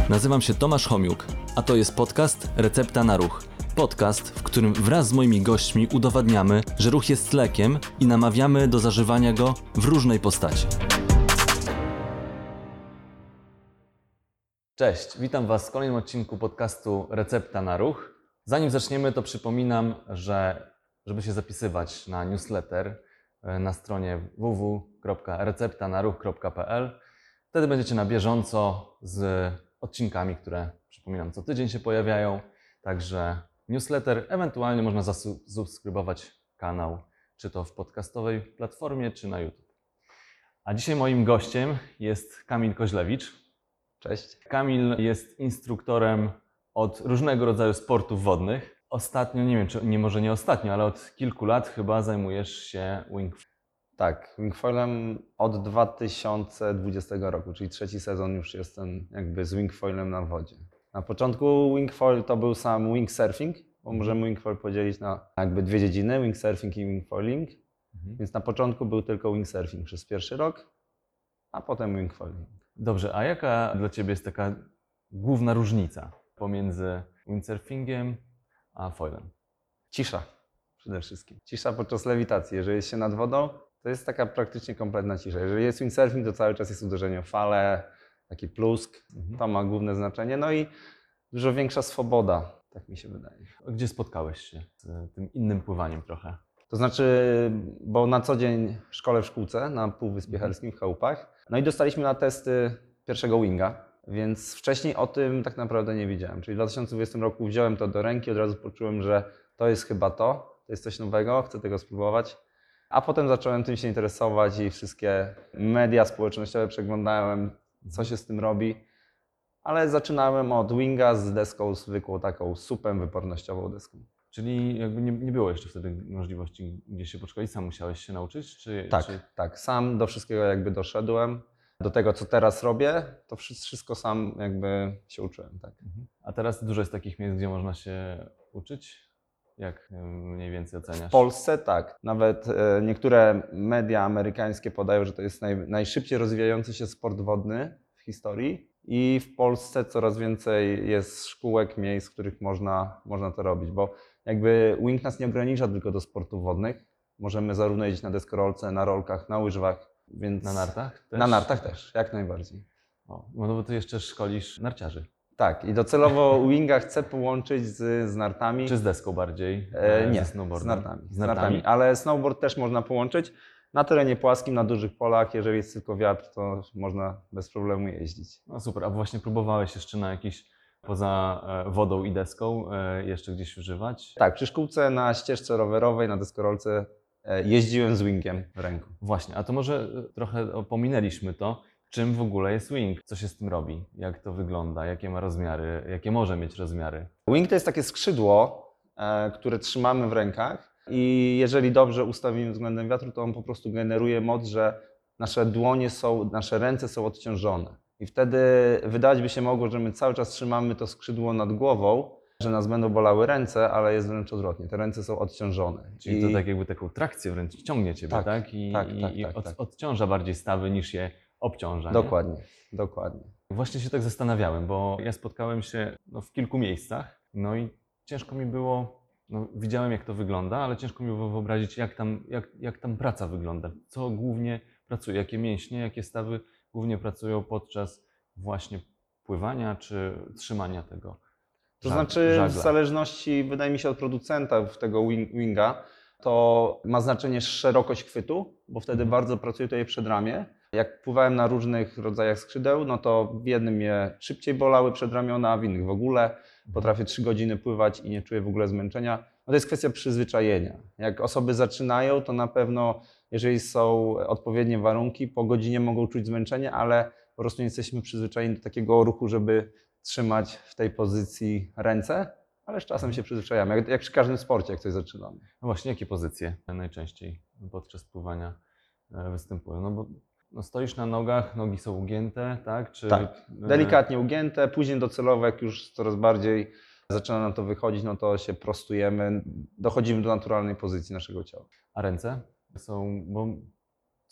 Nazywam się Tomasz Homiuk, a to jest podcast Recepta na Ruch. Podcast, w którym wraz z moimi gośćmi udowadniamy, że ruch jest lekiem i namawiamy do zażywania go w różnej postaci. Cześć, witam Was w kolejnym odcinku podcastu Recepta na Ruch. Zanim zaczniemy, to przypominam, że żeby się zapisywać na newsletter na stronie www.receptanaruch.pl, wtedy będziecie na bieżąco z odcinkami, które, przypominam, co tydzień się pojawiają. Także newsletter, ewentualnie można zasubskrybować kanał, czy to w podcastowej platformie, czy na YouTube. A dzisiaj moim gościem jest Kamil Koźlewicz. Cześć. Kamil jest instruktorem od różnego rodzaju sportów wodnych. Ostatnio, nie wiem, czy może nie ostatnio, ale od kilku lat chyba zajmujesz się wingfoilem. Tak, wingfoilem od 2020 roku, czyli trzeci sezon już jestem jakby z wingfoilem na wodzie. Na początku wingfoil to był sam wingsurfing, bo możemy wingfoil podzielić na jakby dwie dziedziny, wingsurfing i wingfoiling. Więc na początku był tylko wingsurfing przez pierwszy rok, a potem wingfoiling. Dobrze, a jaka dla Ciebie jest taka główna różnica pomiędzy windsurfingiem a foilem? Cisza przede wszystkim. Cisza podczas lewitacji. Jeżeli jest się nad wodą, to jest taka praktycznie kompletna cisza. Jeżeli jest windsurfing, to cały czas jest uderzenie o falę, taki plusk, to ma główne znaczenie. No i dużo większa swoboda, tak mi się wydaje. Gdzie spotkałeś się z tym innym pływaniem trochę? To znaczy, bo na co dzień szkole w szkółce na Półwyspie Helskim w chałupach. No i dostaliśmy na testy pierwszego winga, więc wcześniej o tym tak naprawdę nie wiedziałem. Czyli w 2020 roku wziąłem to do ręki, od razu poczułem, że to jest chyba to jest coś nowego, chcę tego spróbować. A potem zacząłem tym się interesować i wszystkie media społecznościowe przeglądałem, co się z tym robi. Ale zaczynałem od winga z deską zwykłą, taką supem wypornościową deską. Czyli jakby nie było jeszcze wtedy możliwości, gdzie się poszkolić, sam musiałeś się nauczyć? Tak. Sam do wszystkiego jakby doszedłem. Do tego, co teraz robię, to wszystko sam jakby się uczyłem. Tak. A teraz dużo jest takich miejsc, gdzie można się uczyć? Jak mniej więcej oceniasz? W Polsce tak. Nawet niektóre media amerykańskie podają, że to jest najszybciej rozwijający się sport wodny w historii. I w Polsce coraz więcej jest szkółek, miejsc, w których można to robić, bo jakby wing nas nie ogranicza tylko do sportów wodnych. Możemy zarówno jeździć na deskorolce, na rolkach, na łyżwach, więc... Na nartach też? Na nartach też, jak najbardziej. O, no bo Ty jeszcze szkolisz narciarzy. Tak, i docelowo winga chcę połączyć z nartami. Czy z deską bardziej? Nie, ze snowboardem? z nartami. Ale snowboard też można połączyć. Na terenie płaskim, na dużych polach, jeżeli jest tylko wiatr, to można bez problemu jeździć. No super, a właśnie próbowałeś jeszcze na jakiś, poza wodą i deską, jeszcze gdzieś używać? Tak, przy szkółce na ścieżce rowerowej, na deskorolce jeździłem z wingiem w ręku. Właśnie, a to może trochę pominęliśmy to. Czym w ogóle jest wing? Co się z tym robi? Jak to wygląda? Jakie ma rozmiary? Jakie może mieć rozmiary? Wing to jest takie skrzydło, które trzymamy w rękach i jeżeli dobrze ustawimy względem wiatru, to on po prostu generuje moc, że nasze ręce są odciążone. I wtedy wydawać by się mogło, że my cały czas trzymamy to skrzydło nad głową, że nas będą bolały ręce, ale jest wręcz odwrotnie. Te ręce są odciążone. Czyli to tak jakby taką trakcję wręcz ciągnie Ciebie, tak? I odciąża bardziej stawy niż je obciąża. Dokładnie. Właśnie się tak zastanawiałem, bo ja spotkałem się w kilku miejscach, no i ciężko mi było, widziałem jak to wygląda, ale ciężko mi było wyobrazić jak tam praca wygląda, co głównie pracuje, jakie mięśnie, jakie stawy głównie pracują podczas właśnie pływania czy trzymania tego To znaczy żagla. W zależności, wydaje mi się, od producenta tego winga, to ma znaczenie szerokość chwytu, bo wtedy bardzo pracuje tutaj przedramię. Jak pływałem na różnych rodzajach skrzydeł, no to w jednym mnie szybciej bolały przedramiona, a w innych w ogóle. Potrafię 3 godziny pływać i nie czuję w ogóle zmęczenia. No to jest kwestia przyzwyczajenia. Jak osoby zaczynają, to na pewno, jeżeli są odpowiednie warunki, po godzinie mogą czuć zmęczenie, ale po prostu nie jesteśmy przyzwyczajeni do takiego ruchu, żeby trzymać w tej pozycji ręce, ale z czasem się przyzwyczajamy, jak przy każdym sporcie, jak coś zaczynamy. No właśnie, jakie pozycje najczęściej podczas pływania występują? No bo stoisz na nogach, nogi są ugięte, tak? Tak, delikatnie ugięte, później docelowo, jak już coraz bardziej zaczyna nam to wychodzić, no to się prostujemy, dochodzimy do naturalnej pozycji naszego ciała. A ręce są, bo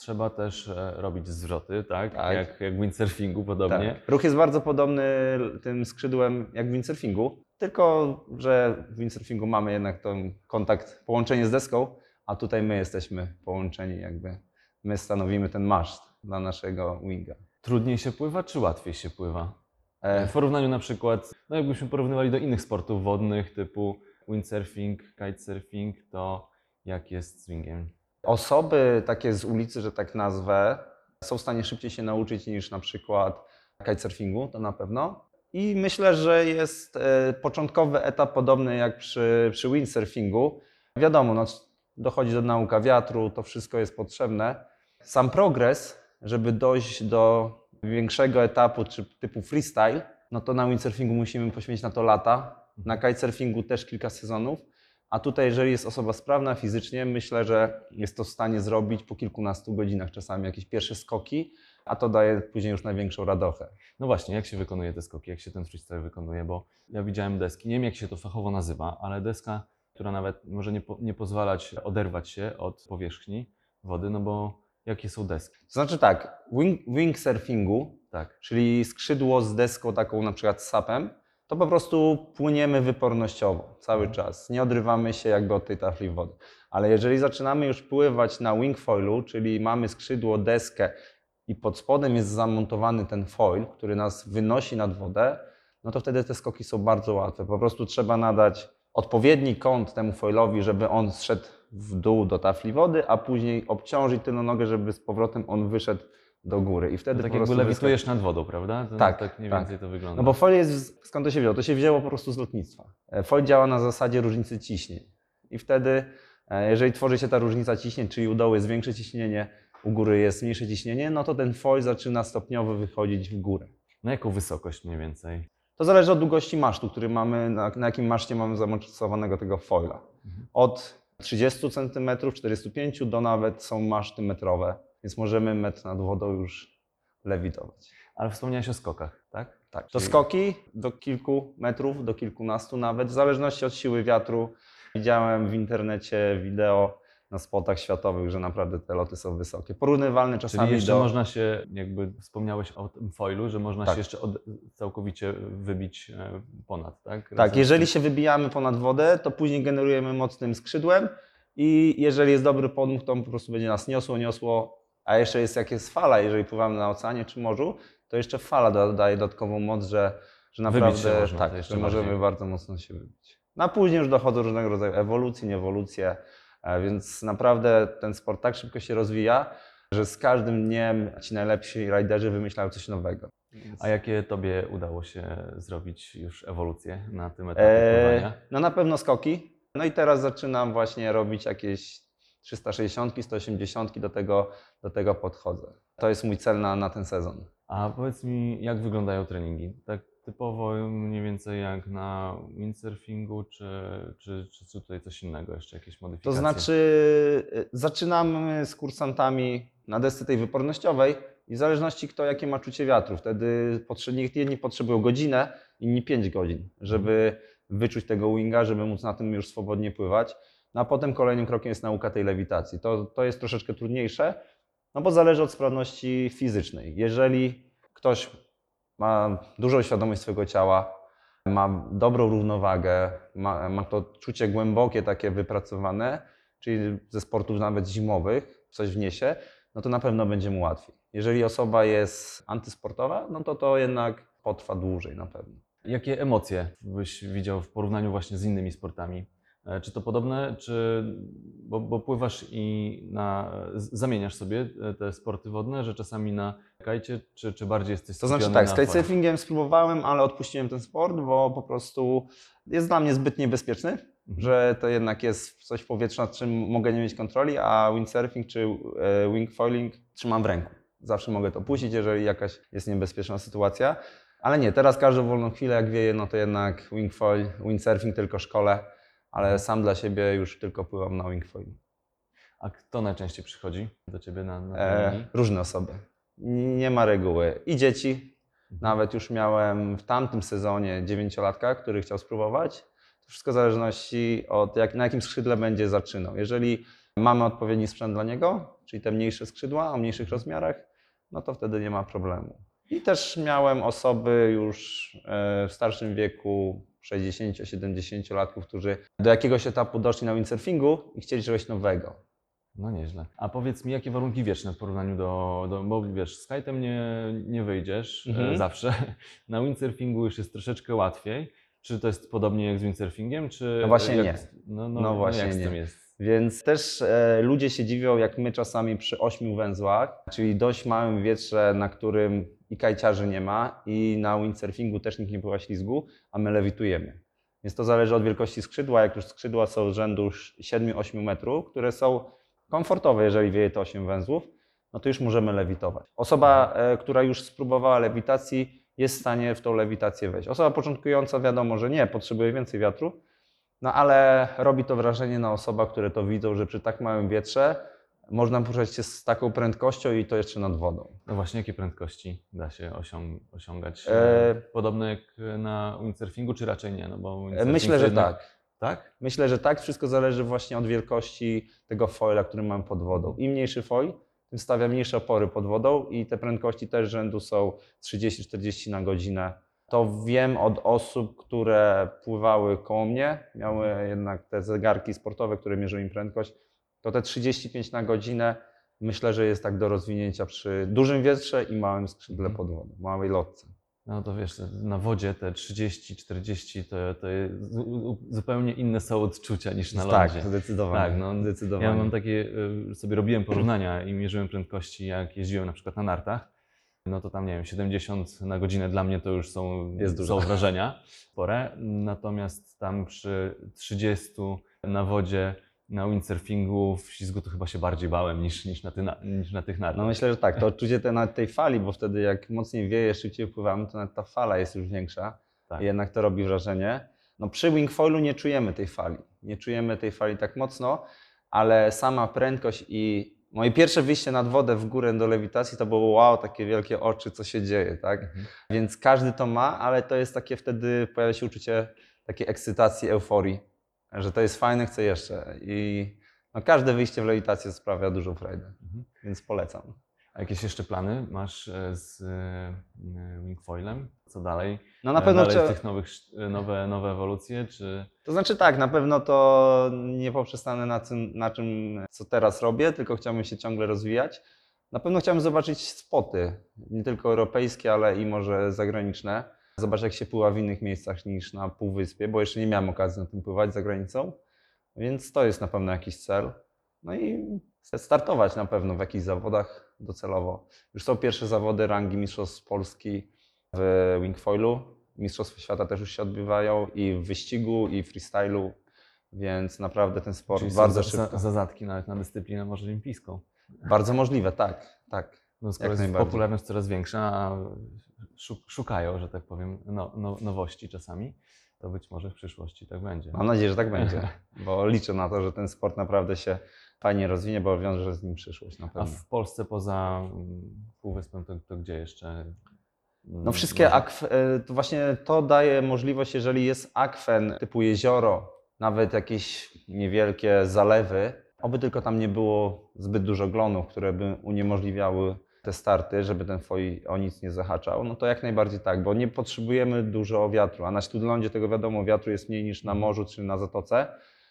trzeba też robić zwroty, tak? Tak. Jak w windsurfingu podobnie. Tak. Ruch jest bardzo podobny tym skrzydłem jak w windsurfingu, tylko że w windsurfingu mamy jednak ten kontakt, połączenie z deską, a tutaj my jesteśmy połączeni jakby. My stanowimy ten maszt dla naszego winga. Trudniej się pływa, czy łatwiej się pływa? E, W porównaniu na przykład, no jakbyśmy porównywali do innych sportów wodnych typu windsurfing, kitesurfing, to jak jest z wingiem? Osoby takie z ulicy, że tak nazwę, są w stanie szybciej się nauczyć niż na przykład kitesurfingu, to na pewno. I myślę, że jest początkowy etap podobny jak przy windsurfingu. Wiadomo, no, dochodzi do nauka wiatru, to wszystko jest potrzebne. Sam progres, żeby dojść do większego etapu typu freestyle, no to na windsurfingu musimy poświęcić na to lata. Na kitesurfingu też kilka sezonów. A tutaj, jeżeli jest osoba sprawna fizycznie, myślę, że jest to w stanie zrobić po kilkunastu godzinach czasami jakieś pierwsze skoki, a to daje później już największą radochę. No właśnie, jak się wykonuje te skoki, jak się ten freestyle wykonuje, bo ja widziałem deski, nie wiem jak się to fachowo nazywa, ale deska, która nawet może nie pozwalać oderwać się od powierzchni wody, no bo jakie są deski? To znaczy tak, wingsurfingu, Tak. czyli skrzydło z deską taką na przykład z sapem, to po prostu płyniemy wypornościowo cały czas. Nie odrywamy się jakby od tej tafli wody. Ale jeżeli zaczynamy już pływać na wingfoilu, czyli mamy skrzydło, deskę i pod spodem jest zamontowany ten foil, który nas wynosi nad wodę, no to wtedy te skoki są bardzo łatwe. Po prostu trzeba nadać odpowiedni kąt temu foilowi, żeby on zszedł w dół do tafli wody, a później obciążyć tylną nogę, żeby z powrotem on wyszedł do góry. I wtedy To tak po prostu jakby lewitujesz nad wodą, prawda? To Tak, tak mniej tak. więcej to wygląda. No bo foil jest, skąd to się wzięło? To się wzięło po prostu z lotnictwa. Foil działa na zasadzie różnicy ciśnień. I wtedy, jeżeli tworzy się ta różnica ciśnień, czyli u dołu jest większe ciśnienie, u góry jest mniejsze ciśnienie, no to ten foil zaczyna stopniowo wychodzić w górę. Na jaką wysokość mniej więcej? To zależy od długości masztu, który mamy, na jakim maszcie mamy zamocowanego tego foila. Od 30 cm, 45 do nawet są maszty metrowe, więc możemy metr nad wodą już lewitować. Ale wspomniałeś o skokach, tak? Tak, to Czyli- skoki do kilku metrów, do kilkunastu nawet, w zależności od siły wiatru. Widziałem w internecie wideo na spotach światowych, że naprawdę te loty są wysokie. Porównywalne czasami Czyli jeszcze do... można się, jakby wspomniałeś o tym foilu, że można Tak. się jeszcze całkowicie wybić ponad, tak? Tak, Razem z jeżeli tym- się wybijamy ponad wodę, to później generujemy mocnym skrzydłem i jeżeli jest dobry podmuch, to po prostu będzie nas niosło, a jeszcze jest jak jest fala, jeżeli pływamy na oceanie czy morzu, to jeszcze fala daje dodatkową moc, że Wybić się naprawdę można, to tak, jeszcze że możemy bardziej. bardzo mocno się wybić. No a później już dochodzą różnego rodzaju ewolucje, niewolucje, więc naprawdę ten sport tak szybko się rozwija, że z każdym dniem ci najlepsi rajderzy wymyślają coś nowego. A jakie tobie udało się zrobić już ewolucję na tym etapie pływania? No na pewno skoki. No i teraz zaczynam właśnie robić jakieś 360, 180, do tego podchodzę. To jest mój cel na ten sezon. A powiedz mi, jak wyglądają treningi? Tak typowo mniej więcej jak na windsurfingu, czy tutaj coś innego, jeszcze jakieś modyfikacje? To znaczy zaczynamy z kursantami na desce tej wypornościowej i w zależności kto jakie ma czucie wiatru. Wtedy jedni potrzebują godzinę, inni 5 godzin, żeby wyczuć tego winga, żeby móc na tym już swobodnie pływać. No a potem kolejnym krokiem jest nauka tej lewitacji. To jest troszeczkę trudniejsze, no bo zależy od sprawności fizycznej. Jeżeli ktoś ma dużą świadomość swojego ciała, ma dobrą równowagę, ma to czucie głębokie, takie wypracowane, czyli ze sportów nawet zimowych, coś wniesie, no to na pewno będzie mu łatwiej. Jeżeli osoba jest antysportowa, no to jednak potrwa dłużej na pewno. Jakie emocje byś widział w porównaniu właśnie z innymi sportami? Czy to podobne, bo pływasz i zamieniasz sobie te sporty wodne, że czasami na kajcie, czy bardziej jesteś To znaczy skupiony tak, z na kitesurfingiem spróbowałem, ale odpuściłem ten sport, bo po prostu jest dla mnie zbyt niebezpieczny, że to jednak jest coś w powietrzu, nad czym mogę nie mieć kontroli, a windsurfing czy wingfoiling trzymam w ręku. Zawsze mogę to puścić, jeżeli jakaś jest niebezpieczna sytuacja. Ale nie, teraz każdą wolną chwilę jak wieje, no to jednak wingfoil, windsurfing tylko szkole, ale sam dla siebie już tylko pływam na wingfoilu. A kto najczęściej przychodzi do Ciebie na treningi? Różne osoby. Nie ma reguły. I dzieci. Nawet już miałem w tamtym sezonie 9-latka, który chciał spróbować. To wszystko w zależności od na jakim skrzydle będzie zaczynał. Jeżeli mamy odpowiedni sprzęt dla niego, czyli te mniejsze skrzydła o mniejszych rozmiarach, no to wtedy nie ma problemu. I też miałem osoby już w starszym wieku, 60-70-latków, którzy do jakiegoś etapu doszli na windsurfingu i chcieli czegoś nowego. No nieźle. A powiedz mi, jakie warunki wieczne w porównaniu bo wiesz, z kite'em nie wyjdziesz zawsze. Na windsurfingu już jest troszeczkę łatwiej. Czy to jest podobnie jak z windsurfingiem, czy No właśnie jak, nie. No Właśnie jak z nie. tym jest? Więc też ludzie się dziwią, jak my czasami przy 8 węzłach, czyli dość małym wietrze, na którym i kajciarzy nie ma, i na windsurfingu też nikt nie pływa ślizgu, a my lewitujemy. Więc to zależy od wielkości skrzydła. Jak już skrzydła są z rzędu 7-8 metrów, które są komfortowe, jeżeli wieje to 8 węzłów, no to już możemy lewitować. Osoba, która już spróbowała lewitacji, jest w stanie w tą lewitację wejść. Osoba początkująca wiadomo, że nie, potrzebuje więcej wiatru, no ale robi to wrażenie na osobach, które to widzą, że przy tak małym wietrze można poruszać się z taką prędkością i to jeszcze nad wodą. No właśnie, jakie prędkości da się osiągać? E, Podobne jak na windsurfingu, czy raczej nie? No bo windsurfing Myślę, to że jednak... tak. Tak? Myślę, że tak. Wszystko zależy właśnie od wielkości tego foila, który mam pod wodą. Im mniejszy foil, tym stawia mniejsze opory pod wodą i te prędkości też rzędu są 30-40 na godzinę. To wiem od osób, które pływały koło mnie, miały jednak te zegarki sportowe, które mierzą im prędkość. To te 35 na godzinę myślę, że jest tak do rozwinięcia przy dużym wietrze i małym skrzydle pod wodą, małej lotce. No to wiesz, na wodzie te 30-40 to jest zupełnie inne są odczucia niż na lądzie. Tak, zdecydowanie. Tak, no, zdecydowanie. ja mam takie, sobie robiłem porównania i mierzyłem prędkości, jak jeździłem na przykład na nartach. No to tam, nie wiem, 70 na godzinę dla mnie to już są wrażenia spore. Natomiast tam przy 30 na wodzie, na windsurfingu, w ślizgu to chyba się bardziej bałem niż na tych nartach. No myślę, że tak. To odczucie nawet tej fali, bo wtedy jak mocniej wieje, szybciej pływamy, to nawet ta fala jest już większa. Tak. I jednak to robi wrażenie. No przy wingfoilu nie czujemy tej fali. Nie czujemy tej fali tak mocno, ale sama prędkość i moje pierwsze wyjście nad wodę w górę do lewitacji to było wow, takie wielkie oczy, co się dzieje, tak? Więc każdy to ma, ale to jest takie wtedy, pojawia się uczucie takiej ekscytacji, euforii, że to jest fajne, chcę jeszcze. I no, każde wyjście w lewitację sprawia dużą frajdę, więc polecam. A jakieś jeszcze plany masz z wingfoilem? Co dalej? No na pewno dalej tych nowe ewolucje, czy... To znaczy tak, na pewno to nie poprzestanę na czym, co teraz robię, tylko chciałbym się ciągle rozwijać. Na pewno chciałbym zobaczyć spoty, nie tylko europejskie, ale i może zagraniczne. Zobaczyć, jak się pływa w innych miejscach niż na Półwyspie, bo jeszcze nie miałem okazji na tym pływać za granicą, więc to jest na pewno jakiś cel. No i startować na pewno w jakichś zawodach docelowo. Już są pierwsze zawody rangi Mistrzostw Polski w wingfoilu. Mistrzostwa świata też już się odbywają i w wyścigu, i w freestylu, więc naprawdę ten sport Czyli bardzo są szybko. zazadki nawet na dyscyplinę może olimpijską. Bardzo możliwe, tak, tak. No, skoro Jak jest najbardziej. popularność coraz większa, a szukają, że tak powiem, nowości czasami, to być może w przyszłości tak będzie. Mam nadzieję, że tak będzie, bo liczę na to, że ten sport naprawdę się fajnie rozwinie, bo wiąże z nim przyszłość na A pewno. w Polsce poza Półwyspem to gdzie jeszcze? No wszystkie to właśnie to daje możliwość, jeżeli jest akwen typu jezioro, nawet jakieś niewielkie zalewy, oby tylko tam nie było zbyt dużo glonów, które by uniemożliwiały te starty, żeby ten foil o nic nie zahaczał, no to jak najbardziej tak, bo nie potrzebujemy dużo wiatru, a na śródlądzie tego wiadomo, wiatru jest mniej niż na morzu czy na zatoce,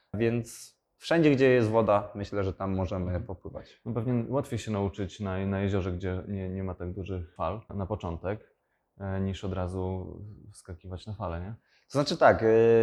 więc wszędzie, gdzie jest woda, myślę, że tam możemy popływać. No pewnie łatwiej się nauczyć na jeziorze, gdzie nie ma tak dużych fal na początek, niż od razu wskakiwać na falę, nie? To znaczy tak,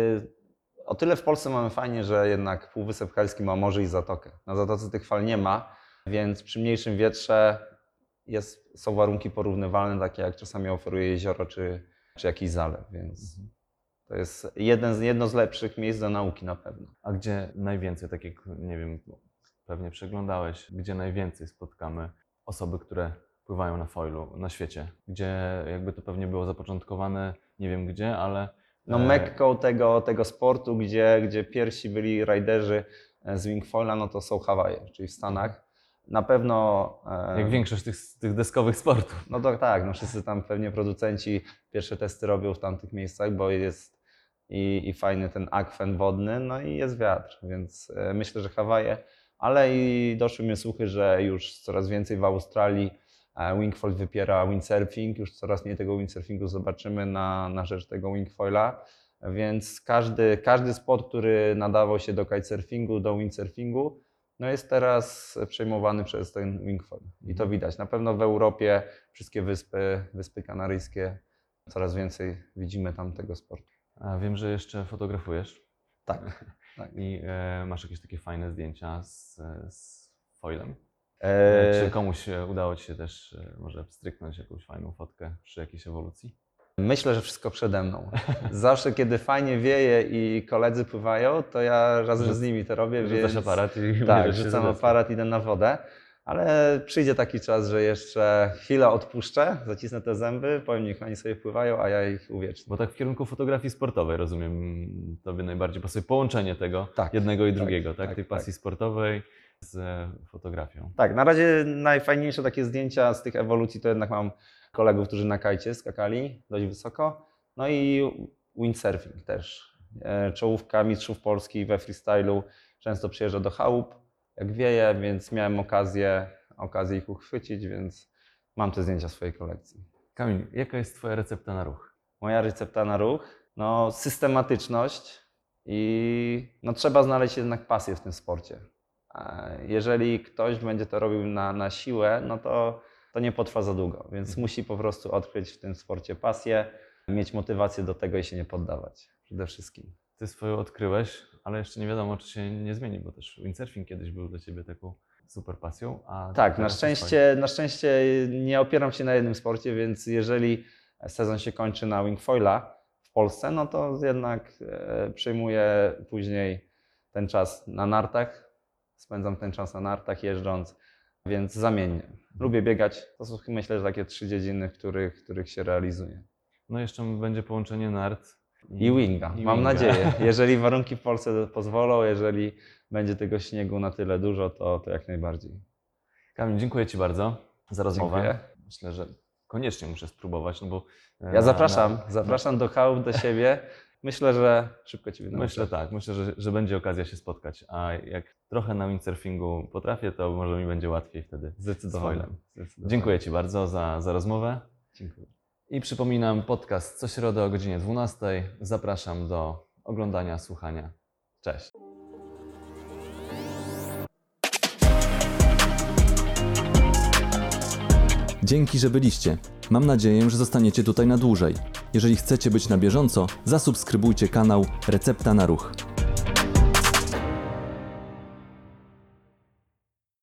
o tyle w Polsce mamy fajnie, że jednak Półwysep Helski ma morze i zatokę. Na zatoce tych fal nie ma, więc przy mniejszym wietrze są warunki porównywalne, takie jak czasami oferuje jezioro czy jakiś zalew, więc to jest jedno z lepszych miejsc do nauki na pewno. A gdzie najwięcej, tak jak, nie wiem, pewnie przeglądałeś, gdzie najwięcej spotkamy osoby, które pływają na foilu na świecie? Gdzie jakby to pewnie było zapoczątkowane, nie wiem gdzie, ale... No Mekką tego sportu, gdzie pierwsi byli rajderzy z wingfoila, no to są Hawaje, czyli w Stanach. Na pewno... Jak większość tych deskowych sportów. No to tak, no wszyscy tam pewnie producenci pierwsze testy robią w tamtych miejscach, bo jest i fajny ten akwen wodny, no i jest wiatr, więc myślę, że Hawaje, ale i doszły mnie słuchy, że już coraz więcej w Australii wingfoil wypiera windsurfing, już coraz mniej tego windsurfingu zobaczymy na rzecz tego wingfoila, więc każdy sport, który nadawał się do kitesurfingu, do windsurfingu, no jest teraz przejmowany przez ten wingfoil i to widać. Na pewno w Europie wszystkie wyspy kanaryjskie, coraz więcej widzimy tam tego sportu. A wiem, że jeszcze fotografujesz Tak. i masz jakieś takie fajne zdjęcia z foilem. E, Czy komuś udało Ci się też może wstryknąć jakąś fajną fotkę przy jakiejś ewolucji? Myślę, że wszystko przede mną. Zawsze, kiedy fajnie wieje i koledzy pływają, to ja razem z nimi to robię, Rzucasz więc aparat i tak, bierzesz się rzucam za deskę. aparat, idę na wodę, ale przyjdzie taki czas, że jeszcze chwilę odpuszczę, zacisnę te zęby, powiem, niech oni sobie pływają, a ja ich uwiecznię. Bo tak w kierunku fotografii sportowej, rozumiem, Tobie najbardziej pasuje połączenie tego Tak, jednego i tak, drugiego, tak? tak, Tej pasji sportowej z fotografią. Tak, na razie najfajniejsze takie zdjęcia z tych ewolucji to jednak mam kolegów, którzy na kajcie skakali dość wysoko. No i windsurfing też. Czołówka mistrzów Polski we freestylu często przyjeżdża do chałup, jak wieje, więc miałem okazję ich uchwycić, więc mam te zdjęcia w swojej kolekcji. Kamil, jaka jest Twoja recepta na ruch? Moja recepta na ruch? No systematyczność i no, trzeba znaleźć jednak pasję w tym sporcie. Jeżeli ktoś będzie to robił na siłę, no to nie potrwa za długo, więc musi po prostu odkryć w tym sporcie pasję, mieć motywację do tego i się nie poddawać przede wszystkim. Ty swoją odkryłeś, ale jeszcze nie wiadomo, czy się nie zmieni, bo też windsurfing kiedyś był dla Ciebie taką super pasją. A Tak, na teraz to swoje. szczęście nie opieram się na jednym sporcie, więc jeżeli sezon się kończy na wingfoila w Polsce, no to jednak przyjmuję później ten czas na nartach. Spędzam ten czas na nartach jeżdżąc, więc zamiennie. Lubię biegać. To są myślę, że takie 3 dziedziny, w których się realizuję. No jeszcze będzie połączenie nart I winga, mam nadzieję. Jeżeli warunki w Polsce pozwolą, jeżeli będzie tego śniegu na tyle dużo, to jak najbardziej. Kamil, dziękuję Ci bardzo za rozmowę. Dziękuję. Myślę, że koniecznie muszę spróbować, no bo... Ja zapraszam do chałup, do siebie. Myślę, że szybko Cię nauczę. Myślę tak, myślę, że będzie okazja się spotkać, a jak trochę na windsurfingu potrafię, to może mi będzie łatwiej wtedy z foilem. Dziękuję Ci bardzo za rozmowę. Dziękuję. I przypominam, podcast co środę o godzinie 12. Zapraszam do oglądania, słuchania. Cześć. Dzięki, że byliście. Mam nadzieję, że zostaniecie tutaj na dłużej. Jeżeli chcecie być na bieżąco, zasubskrybujcie kanał Recepta na Ruch.